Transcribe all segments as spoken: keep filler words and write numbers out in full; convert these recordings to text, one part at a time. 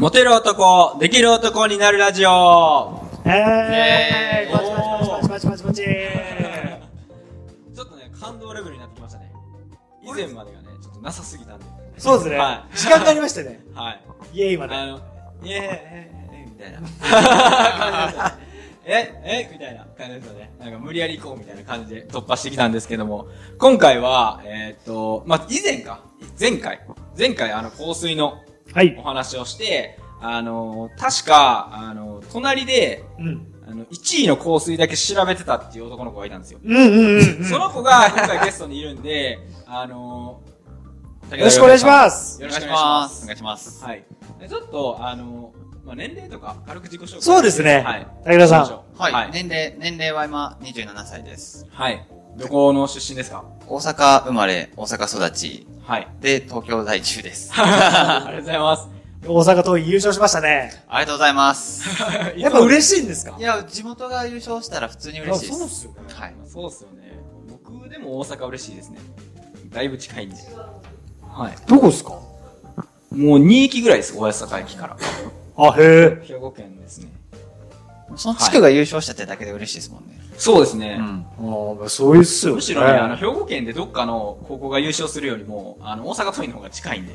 モテる男、できる男になるラジオ。 えー、パチパチパチパチパチパチ。 ちょっとね、感動レベルになってきましたね。以前までがね、ちょっとなさすぎたんで。 そうですね。 はい。 時間がありましたね。 はい。 イエーイまで。 あの、イエーイ、えー、みたいな。感じですね。え、えみたいな感じですよね。なんか無理やり行こうみたいな感じで突破してきたんですけども、今回は、えー、っと、まあ、以前か、前回、前回あの香水のお話をして、はい、あの、確か、あの、隣で、うん、あの、いちいの香水だけ調べてたっていう男の子がいたんですよ。 うんうんうん、うん。 その子が今回ゲストにいるんで、あの、 よろしくお願いします。 よろしくお願いします。お願いします。はい。ちょっと、あの、まあ、年齢とか軽く自己紹介。 そうですね。はい。武田さん。 はい。はい、年齢、年齢は今にじゅうななさいです。 はい。どこの出身ですか？ 大阪生まれ、大阪育ち。 はい。 で、東京在住です。 ありがとうございます。 大阪桐蔭優勝しましたね。 ありがとうございます。 やっぱ嬉しいんですか？ いや、地元が優勝したら普通に嬉しいです。 そうっすよね。 はい。そうっすよね。僕でも大阪嬉しいですね。だいぶ近いんで。はい。 どこですか？ もうに駅ぐらいです、大阪駅から。 あ、へえ。 兵庫県ですね。 その地区が優勝したってだけで嬉しいですもんね。 そうですね。 うん。ああ、そういうっすよね。 むしろね、あの、兵庫県でどっかの高校が優勝するよりも、あの、大阪桐蔭の方が近いんで。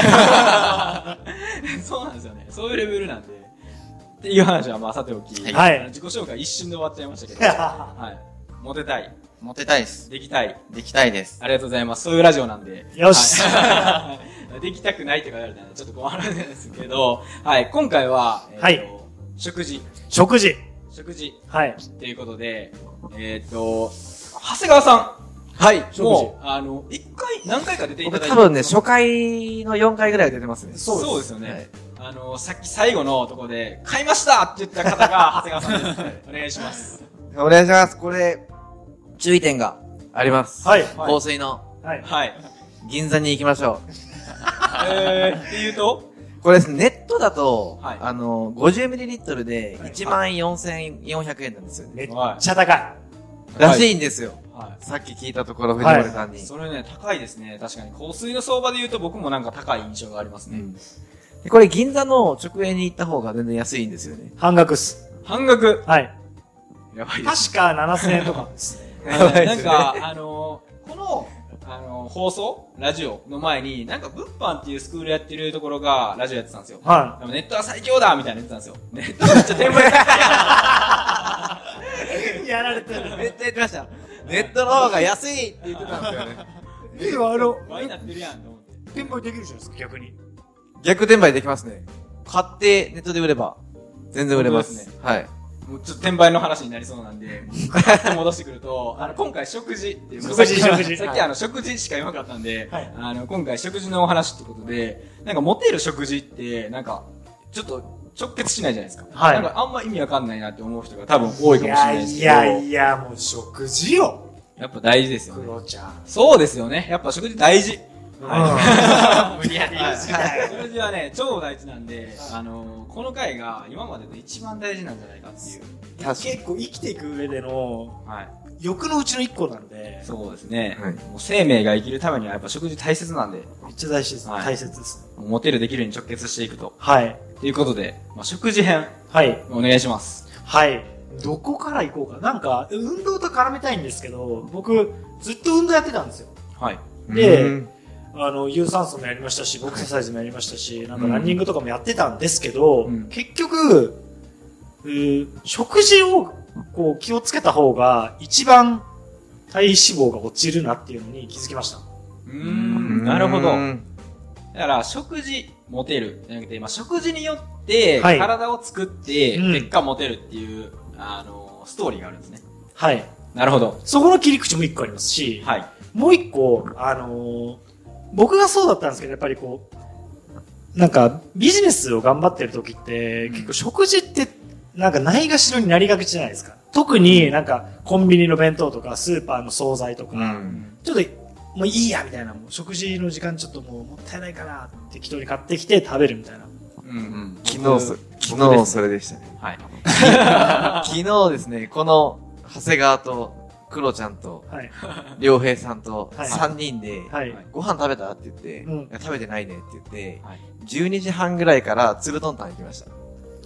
そうなんですよね。そういうレベルなんで。っていう話はまあさておき。 はい。 自己紹介一瞬で終わっちゃいましたけど。はい。モテたい。 モテたいです。 できたい。 できたいです。 ありがとうございます。そういうラジオなんで。 よし。 はい、できたくないとか言われたらちょっと困るんですけど、はい。今回は、えー、とはい。食事。 食事。 食事。 はい。 っていうことで、えっ、ー、と、長谷川さん。 はい。 もう、あの、一回、何回か出ていただいて。 僕多分ね、初回のよんかいぐらい出てますね。 そうです。そうですよね。はい、あの、さっき最後のとこで、買いましたって言った方が長谷川さんです。お願いします。 お願いします。これ、注意点があります。 はい。 香水の。 はい。 はい。 銀座に行きましょう。 えー、って言うとこれですね、ネットだと、 はい、 あの、ごじゅうミリリットル でいちまんよんせんよんひゃくえんなんですよね。 めっちゃ高い。 らしいんですよ。 はい。 さっき聞いたところ、藤森さんに、はい。 それね、高いですね。確かに。香水の相場で言うと僕もなんか高い印象がありますね。うん、 でこれ銀座の直営に行った方が全然安いんですよね。 半額っす。 半額はい。 やばいです、 ね。確かななせんえんとかですね。 なんか、あのー、この、あのー、放送ラジオの前に、なんか物販っていうスクールやってるところがラジオやってたんですよ。 はい。 でもネットは最強だみたいな言ってたんですよ。ネットめっちゃ転売高いやられてる。 めっちゃ言ってました。ネットの方が安いって言ってたんですよね。 でもあの、 倍になってるやんと思って。 転売できるじゃないですか、逆に。 逆転売できますね。買ってネットで売れば、全然売れます。ね、はい。 もうちょっと転売の話になりそうなんで、戻してくると、あの、今回食事っていう。 食事、食事。 さっきあの、食事しか言わなかったんで、はい、あの、今回食事のお話ってことで、なんかモテる食事って、なんか、ちょっと直結しないじゃないですか。はい。なんかあんま意味わかんないなって思う人が多分多いかもしれないですけど。 いやいやいや、もう食事よ。 やっぱ大事ですよね。 クロちゃん。 そうですよね。やっぱ食事大事。 はい。無理やり言うし。 食事はね、超大事なんで、あの、この回が今までで一番大事なんじゃないかっていう。 結構生きていく上での、 はい。 欲のうちの一個なんで。 そうですね。はい。もう生命が生きるためにはやっぱ食事大切なんで。 めっちゃ大事です。はい、大切です。 モテるできるに直結していくと。 はい。 ということで、まあ、食事編。 はい。 お願いします。 はい。どこから行こうか。なんか、運動と絡めたいんですけど、僕、ずっと運動やってたんですよ。 はい。 で、あの、有酸素もやりましたし、ボクササイズもやりましたし、なんかランニングとかもやってたんですけど、うん、結局、うー食事をこう気をつけた方が一番体脂肪が落ちるなっていうのに気づきました。 うーん、なるほど。だから食事モテるじゃなくて、まあ、食事によって体を作って結果モテるっていう、うん、あのストーリーがあるんですね。 はい。 なるほど。 そこの切り口も一個ありますし、はい。もう一個あのー、僕がそうだったんですけどやっぱりこうなんかビジネスを頑張ってる時って、うん、結構食事ってなんかないがしろになりがちじゃないですか。特になんかコンビニの弁当とかスーパーの惣菜とか、うん、ちょっともういいやみたいな、もう食事の時間ちょっともうもったいないかなって適当に買ってきて食べるみたいな。 うんうん。昨日そ、昨日それでしたね。 はい。 昨日ですね、この長谷川とクロちゃんと、 はい。 りょうへいさんと、 はいさんにんで、 はい。 ご飯食べたって言って、 うんいや食べてないねって言って、 はいじゅうにじはんぐらいからツルトンタン行きました。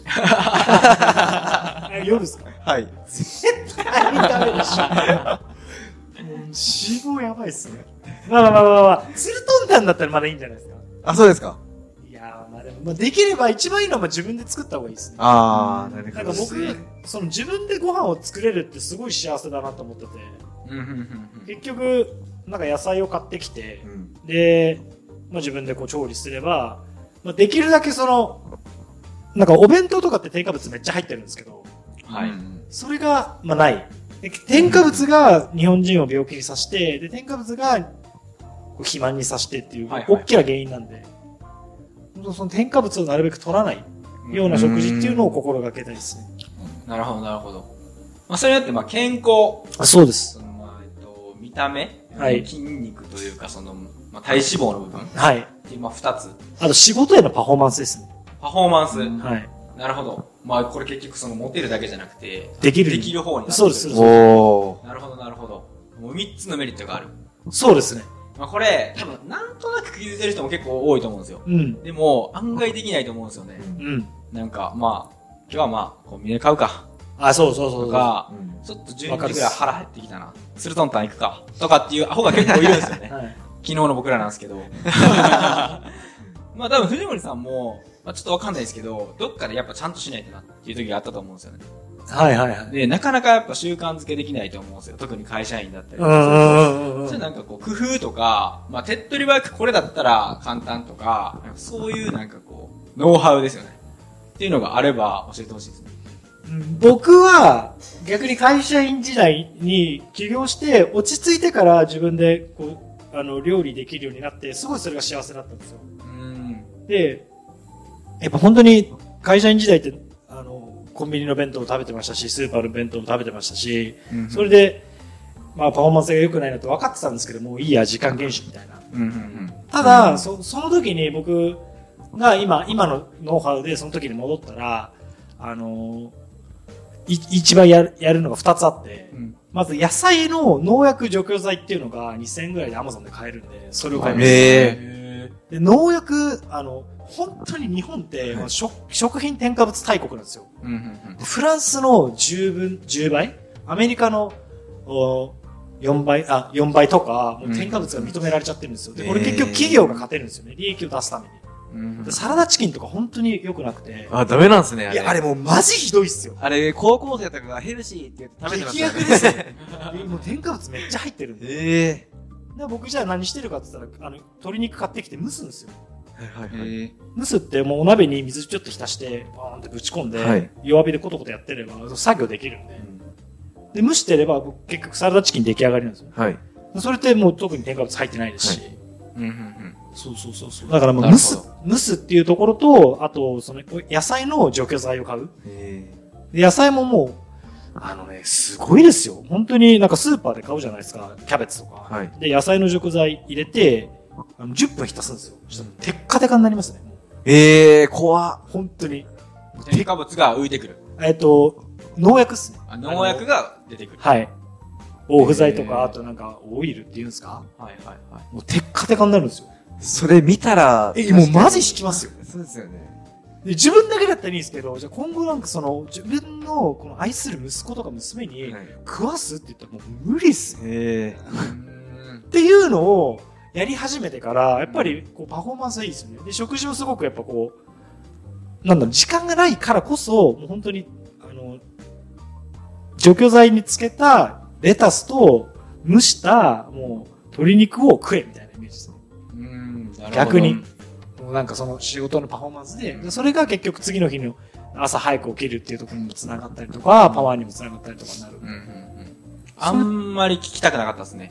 え夜ですか？ はい。 絶対にダメでしょ。もう脂肪やばいっすね。まあまあまあまあまあ、ツルトンタンだったらまだいいんじゃないですか。 あ、そうですか。 いやー、まあでも、まあ、できれば一番いいのはまあ自分で作った方がいいですね。 あー、なるなんか僕、その自分でご飯を作れるってすごい幸せだなと思ってて、 うんうんうんうん結局、なんか野菜を買ってきて、 うん。 で、まあ、自分でこう調理すれば、まあ、できるだけその、なんかお弁当とかって添加物めっちゃ入ってるんですけど、 はい。 それが、まあない。で添加物が日本人を病気にさせて、で、添加物がこう肥満にさせてっていう、 はいはい大きな原因なんで、本当その添加物をなるべく取らないような食事っていうのを心がけたいですね。 なるほど、なるほど。まあ、それによって、まあ、健康、 あ、そうです。 その、まあ、えっと、見た目、 はい筋肉というか、その、まあ、体脂肪の部分っはい。 ていう、まあ、二つ。 あと仕事へのパフォーマンスですね。 パフォーマンス。 はい。 なるほど。まあ、これ結局その、モテるだけじゃなくて、 できる。 できる方になってくるそうです、そうです。 おー。 なるほど、なるほど。もう三つのメリットがある。 そうですね。 まあ、これ、多分、なんとなく気づいてる人も結構多いと思うんですよ。 うん。 でも、案外できないと思うんですよね。 うん。 なんか、まあ、今日はまあ、コンビニで買うか。 あ、そうそうそうそう。 とか、 うんちょっとじゅうにじぐらい腹減ってきたな。スルトンタン行くか。とかっていうアホが結構いるんですよね。 はい。 昨日の僕らなんですけど。まあ多分藤森さんも、まあちょっとわかんないですけど、どっかでやっぱちゃんとしないとなっていう時があったと思うんですよね。 はいはいはい。 で、なかなかやっぱ習慣づけできないと思うんですよ。特に会社員だったりとか。 うんうんうんうん。 それなんかこう工夫とか、まあ手っ取り早くこれだったら簡単とか、なんかそういうなんかこう、ノウハウですよね。っていうのがあれば教えてほしいですね。 僕は逆に会社員時代に起業して落ち着いてから自分でこうあの料理できるようになってすごいそれが幸せだったんですよ。 うん。 で、やっぱ本当に会社員時代ってあのコンビニの弁当を食べてましたし、スーパーの弁当も食べてましたし、 うんそれでまあパフォーマンスが良くないなと分かってたんですけどもういいや時間厳守みたいな。 うんうんうん。 ただ、そその時に僕が今今のノウハウでその時に戻ったらあのい一番やる、やるのが二つあって、 うんまず野菜の農薬除去剤っていうのがにせんえんぐらいで Amazon で買えるんで、それを買いました。 へで、農薬、あの、本当に日本って、まあ食食品添加物大国なんですよ。 うんうんうん。 でフランスのじゅうぶん、じゅうばいアメリカのおよんばい、あ、よんばいとか、もう添加物が認められちゃってるんですよ。で、これ結局企業が勝てるんですよね。利益を出すために。 うんでサラダチキンとか本当に良くなくて。 あ、ダメなんすね、あれ。 いや、あれもうマジひどいっすよ。 あれ、高校生とかがヘルシーって言って食べてます激よね。 薬ですよ。でもう添加物めっちゃ入ってるんで。 えで僕じゃあ何してるかって言ったら、あの、鶏肉買ってきて蒸すんですよ。 えはいはいはい。 蒸すってもうお鍋に水ちょっと浸して、バーンってぶち込んで、 はい弱火でコトコトやってれば作業できるんで。で、蒸してれば結局サラダチキン出来上がりなんですよ。 はい。 それってもう特に添加物入ってないですし。 うんうんうん。 そうそうそうそう。だからもうなるほ蒸どす、蒸すっていうところと、あと、その野菜の除去剤を買う。 えで野菜ももう、あのね、すごいですよ。本当になんかスーパーで買うじゃないですか。キャベツとか。 はいで、野菜の除去剤入れて、あのじゅっぷん浸すんですよ。そしたらテッカテカになりますね。もうええ怖っ。 本当に。 添加物が浮いてくる。 えっと、農薬っすね。 あ農薬が出てくる。 はい。防腐剤とへーか、あとなんか、オイルっていうんですかはいはいはい。 もうテッカテカになるんですよ。 それ見たら。 え、もうマジ引きますよ。 そうですよね。 で自分だけだったらいいんですけど、じゃあ今後なんかその、自分のこの愛する息子とか娘にはい食わすって言ったらもう無理っすね。 えうんっていうのをやり始めてから、やっぱりこうパフォーマンスがいいですよね。で、食事をすごくやっぱこう、なんだろう、時間がないからこそ、もう本当に、あの、除去剤につけたレタスと蒸した、もう、鶏肉を食えみたいなイメージですね。 うんなるほど逆に。もうなんかその仕事のパフォーマンスで、でそれが結局次の日の朝早く起きるっていうところにも繋がったりとか、パワーにも繋がったりとかになる。 うんうんうん。あんまり聞きたくなかったですね。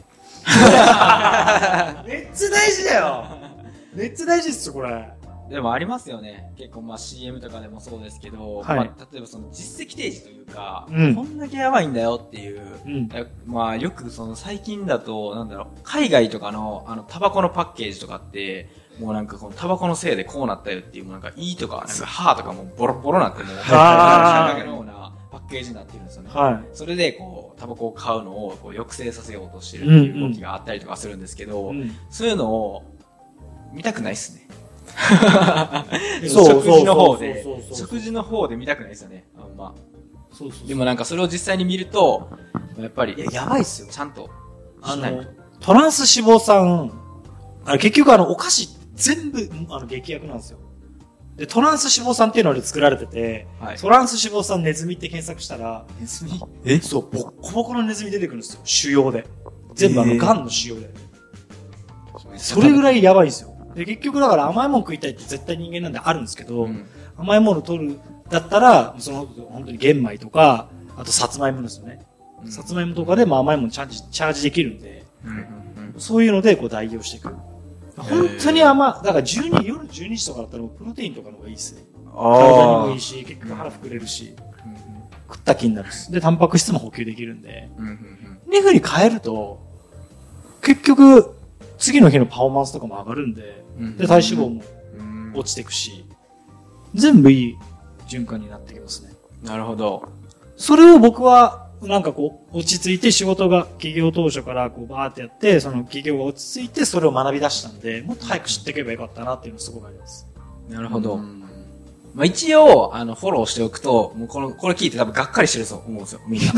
めっちゃ大事だよめっちゃ大事ですよ、これ。 でもありますよね。結構まあ シーエム とかでもそうですけど、 はいまあ例えばその実績提示というか、 うんこんだけやばいんだよっていう、 うん。 まあよくその最近だと、なんだろう、海外とかのあのタバコのパッケージとかって、もうなんかこのタバコのせいでこうなったよっていう、なんかいいとか、なんか歯とかもボロボロなってもう、 あーなんかのようなパッッケージになってるんですよね。 はい。 それで、こう、タバコを買うのをこう抑制させようとしてるっていう動きがあったりとかするんですけど、うんうん、そういうのを見たくないっすね。 そう食事の方で、食事の方で見たくないですよね、あんま。そうそうそう。でもなんかそれを実際に見ると、やっぱり、 いや、やばいっすよ。 ちゃんとあの、トランス脂肪酸、あれ結局あの、お菓子全部、あの、劇薬なんですよ。で、トランス脂肪酸っていうので作られてて、はい、トランス脂肪酸ネズミって検索したら、 ネズミえそう、ボッコボコのネズミ出てくるんですよ。腫瘍で。全部あの、癌の腫瘍で。それぐらいやばいんですよ。で、結局だから甘いもの食いたいって絶対人間なんであるんですけど、うん、甘いもの取る、だったら、その、本当に玄米とか、あとさつまいもですよね。うん、さつまいもとかでも甘いものチャージ、チャージできるんで、うんうんうん、そういうのでこう代用していく。本当に甘、だからじゅうに、夜じゅうにじとかだったらプロテインとかの方がいいですね。体にもいいし、結局腹膨れるし、うんうん、食った気になるし。で、タンパク質も補給できるんで、うんうんうん、っていう風に変えると、結局、次の日のパフォーマンスとかも上がるんで、うんうんうん、で、体脂肪も落ちていくし、全部いい循環になってきますね。 なるほど。 それを僕は、なんかこう、落ち着いて仕事が企業当初からこうバーってやって、その企業が落ち着いてそれを学び出したんで、もっと早く知っていけばよかったなっていうのすごくあります。 なるほど。まあ一応、あの、フォローしておくと、もうこの、これ聞いて多分がっかりしてると思うんですよ、みんな。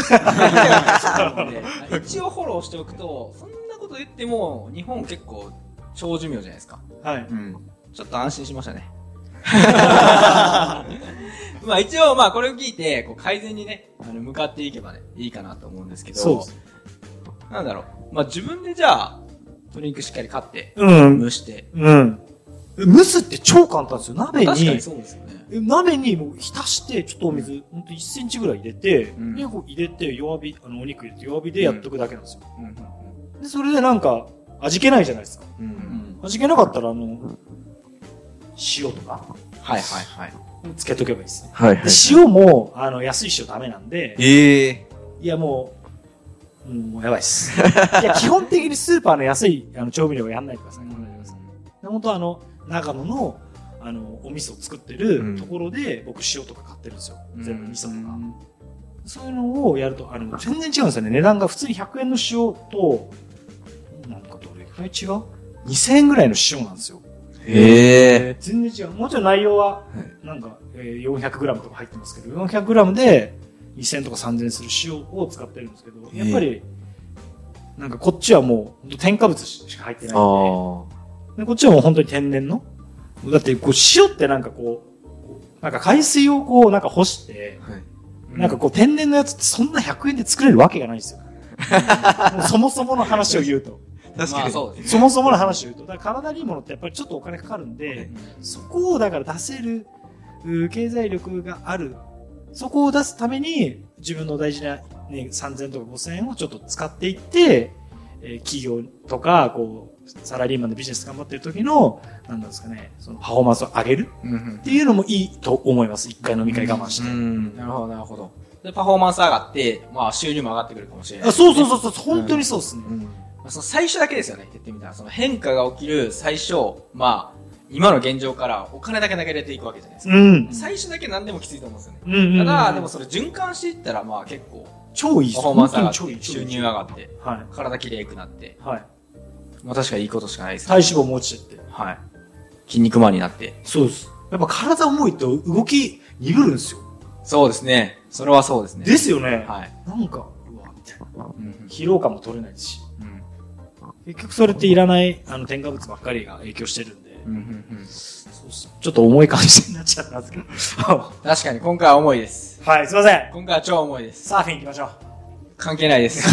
一応フォローしておくと、そんなこと言っても、日本結構長寿命じゃないですか。 はい。 うん。ちょっと安心しましたね。まあ一応まあこれを聞いてこう改善にねあの向かっていけばねいいかなと思うんですけど、そうなんだろうまあ自分でじゃあ鶏肉しっかり買って、うん、蒸して、 うん、蒸すって超簡単ですよ。鍋に確かにそうですよね。 鍋にもう浸してちょっとお水、うん、ほんといっセンチぐらい入れて、うん、でこう入れて弱火あのお肉入れて弱火でやっとくだけなんですよ。うんうんうん、でそれでなんか味気ないじゃないですか。うんうん、味気なかったらあの塩とか。 はいはいはい。 つけとけばいいですね。 はいはい、はい。 塩も、あの、安い塩ダメなんで。 ええー。いやもう、もうやばいっす。いや、基本的にスーパーの安いあの調味料はやんないでください。本当あの、長野の、あの、お味噌を作ってるところで、うん、僕塩とか買ってるんですよ。全部味噌とか。うん、そういうのをやると、あの、全然違うんですよね。値段が普通にひゃくえんの塩と、なんかどれくらい違う ?にせんえんぐらいの塩なんですよ。 へえ。 全然違う。もちろん内容は、なんか、よんひゃくグラムとか入ってますけど、よんひゃくグラムでにせんえんとかさんぜんえんする塩を使ってるんですけど、やっぱり、なんかこっちはもう、添加物しか入ってないんで、でこっちはもう本当に天然の。だって、こう、塩ってなんかこう、なんか海水をこう、なんか干して、はいうん、なんかこう、天然のやつってそんなひゃくえんで作れるわけがないんですよ。もうそもそもの話を言うと。 確かに、まあそうですね、 そもそもの話を言うと、だから体にいいものってやっぱりちょっとお金かかるんで、うん、そこをだから出せる、経済力がある。そこを出すために、自分の大事な、ね、さんぜんえんとかごせんえんをちょっと使っていって、えー、企業とか、こう、サラリーマンでビジネス頑張ってる時の、なんですかね、そのパフォーマンスを上げるっていうのもいいと思います。一回飲み会我慢して。 うん、なるほど、なるほど。で、パフォーマンス上がって、まあ収入も上がってくるかもしれない、 ね。あそうそうそうそう、本当にそうですね。うんその最初だけですよね、言ってみたら。その変化が起きる最初、まあ、今の現状からお金だけ投げれていくわけじゃないですか。うん、最初だけ何でもきついと思うんですよね。うんうんうん、ただ、でもそれ循環していったら、まあ結構、 超いいパフォーマンス上がって、収入上がって、はい、体きれいくなって、はい、まあ確かにいいことしかないですね。 体脂肪も落ちてって。 はい。筋肉マンになって。 そうです。やっぱ体重いと動き鈍るんですよ。 そうですね。それはそうですね。 ですよね。 はい。 なんか、うわ、みたいな。うん、疲労感も取れないし。結局それっていらないあの添加物ばっかりが影響してるんで、うんうんうん、そうそうちょっと重い感じになっちゃったんですけど確かに今回は重いです。 はい、すいません。 今回は超重いです。 サーフィン行きましょう。 関係ないです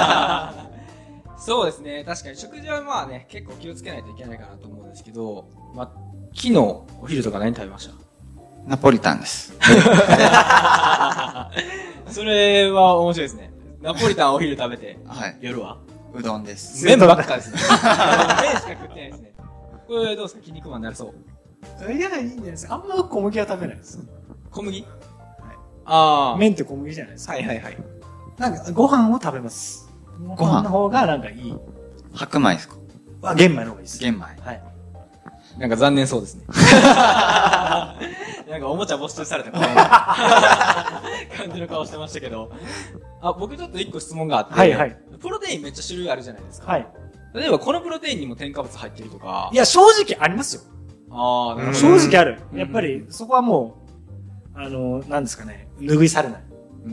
そうですね、確かに食事はまあね結構気をつけないといけないかなと思うんですけど、まあ、昨日お昼とか何食べました？ ナポリタンですそれは面白いですね。ナポリタンお昼食べて、 はい、 夜はうどんです。 麺ばっかですね。麺しか食ってないですね。これどうですか？筋肉マンになりそう？ いや、いいんじゃないですか。あんま小麦は食べないです。 小麦？はい。 ああ。麺って小麦じゃないですか。 はいはいはい。 なんか、ご飯を食べます。ご飯の方がなんかいい。 白米ですか？ あ、玄米の方がいいです。 玄米。 はい。 なんか残念そうですね。なんかおもちゃ没収されたみたいな感じの顔してましたけど。あ、僕ちょっと一個質問があって。 はいはい。 プロテインめっちゃ種類あるじゃないですか。 はい。 例えばこのプロテインにも添加物入ってるとか。 いや、正直ありますよ。 ああ、なるほど。 正直ある。やっぱり、そこはもう、あの、なんですかね、拭いされない。 うん、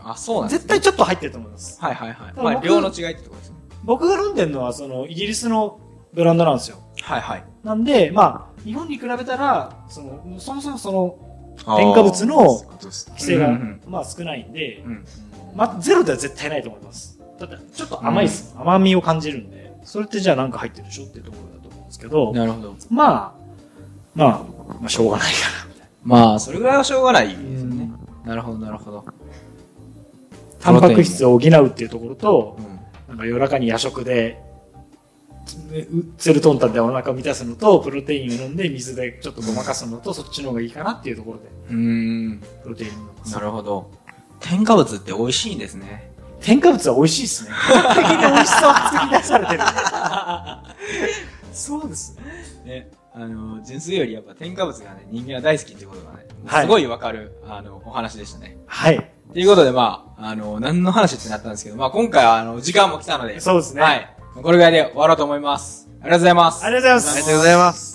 あ、そうなんですね。 絶対ちょっと入ってると思います。 はいはいはい。まあ、量の違いってところですね。 僕が飲んでるのは、その、イギリスのブランドなんですよ。 はいはい。 なんで、まあ、日本に比べたら、その、そもそもその、添加物の規制が、まあ少ないんで、うん、まあゼロでは絶対ないと思います。だって、ちょっと甘いです、うん。甘みを感じるんで、それってじゃあなんか入ってるでしょっていうところだと思うんですけど、 なるほど。 まあ、まあ、まあしょうがないかな、みたいな。 まあ、それぐらいはしょうがないですよね。なるほど、なるほど。 タンパク質を補うっていうところと、うん、なんか夜中に夜食で、セルトンタンでお腹を満たすのと、プロテインを飲んで水でちょっとごまかすのと、そっちの方がいいかなっていうところで。 うーん。 プロテインを飲む。 なるほど。添加物って美味しいんですね。 添加物は美味しいですね。完璧に美味しさを作り出されてる。そうですね。 ね。あの、純粋よりやっぱ添加物がね、人間は大好きってことがね、はい、すごいわかる、あの、お話でしたね。 はい。 ということで、まあ、あの、何の話ってなったんですけど、まあ今回は、あの、時間も来たので。 そうですね。 はい。これぐらいで終わろうと思います。ありがとうございます。 ありがとうございます。 ありがとうございます。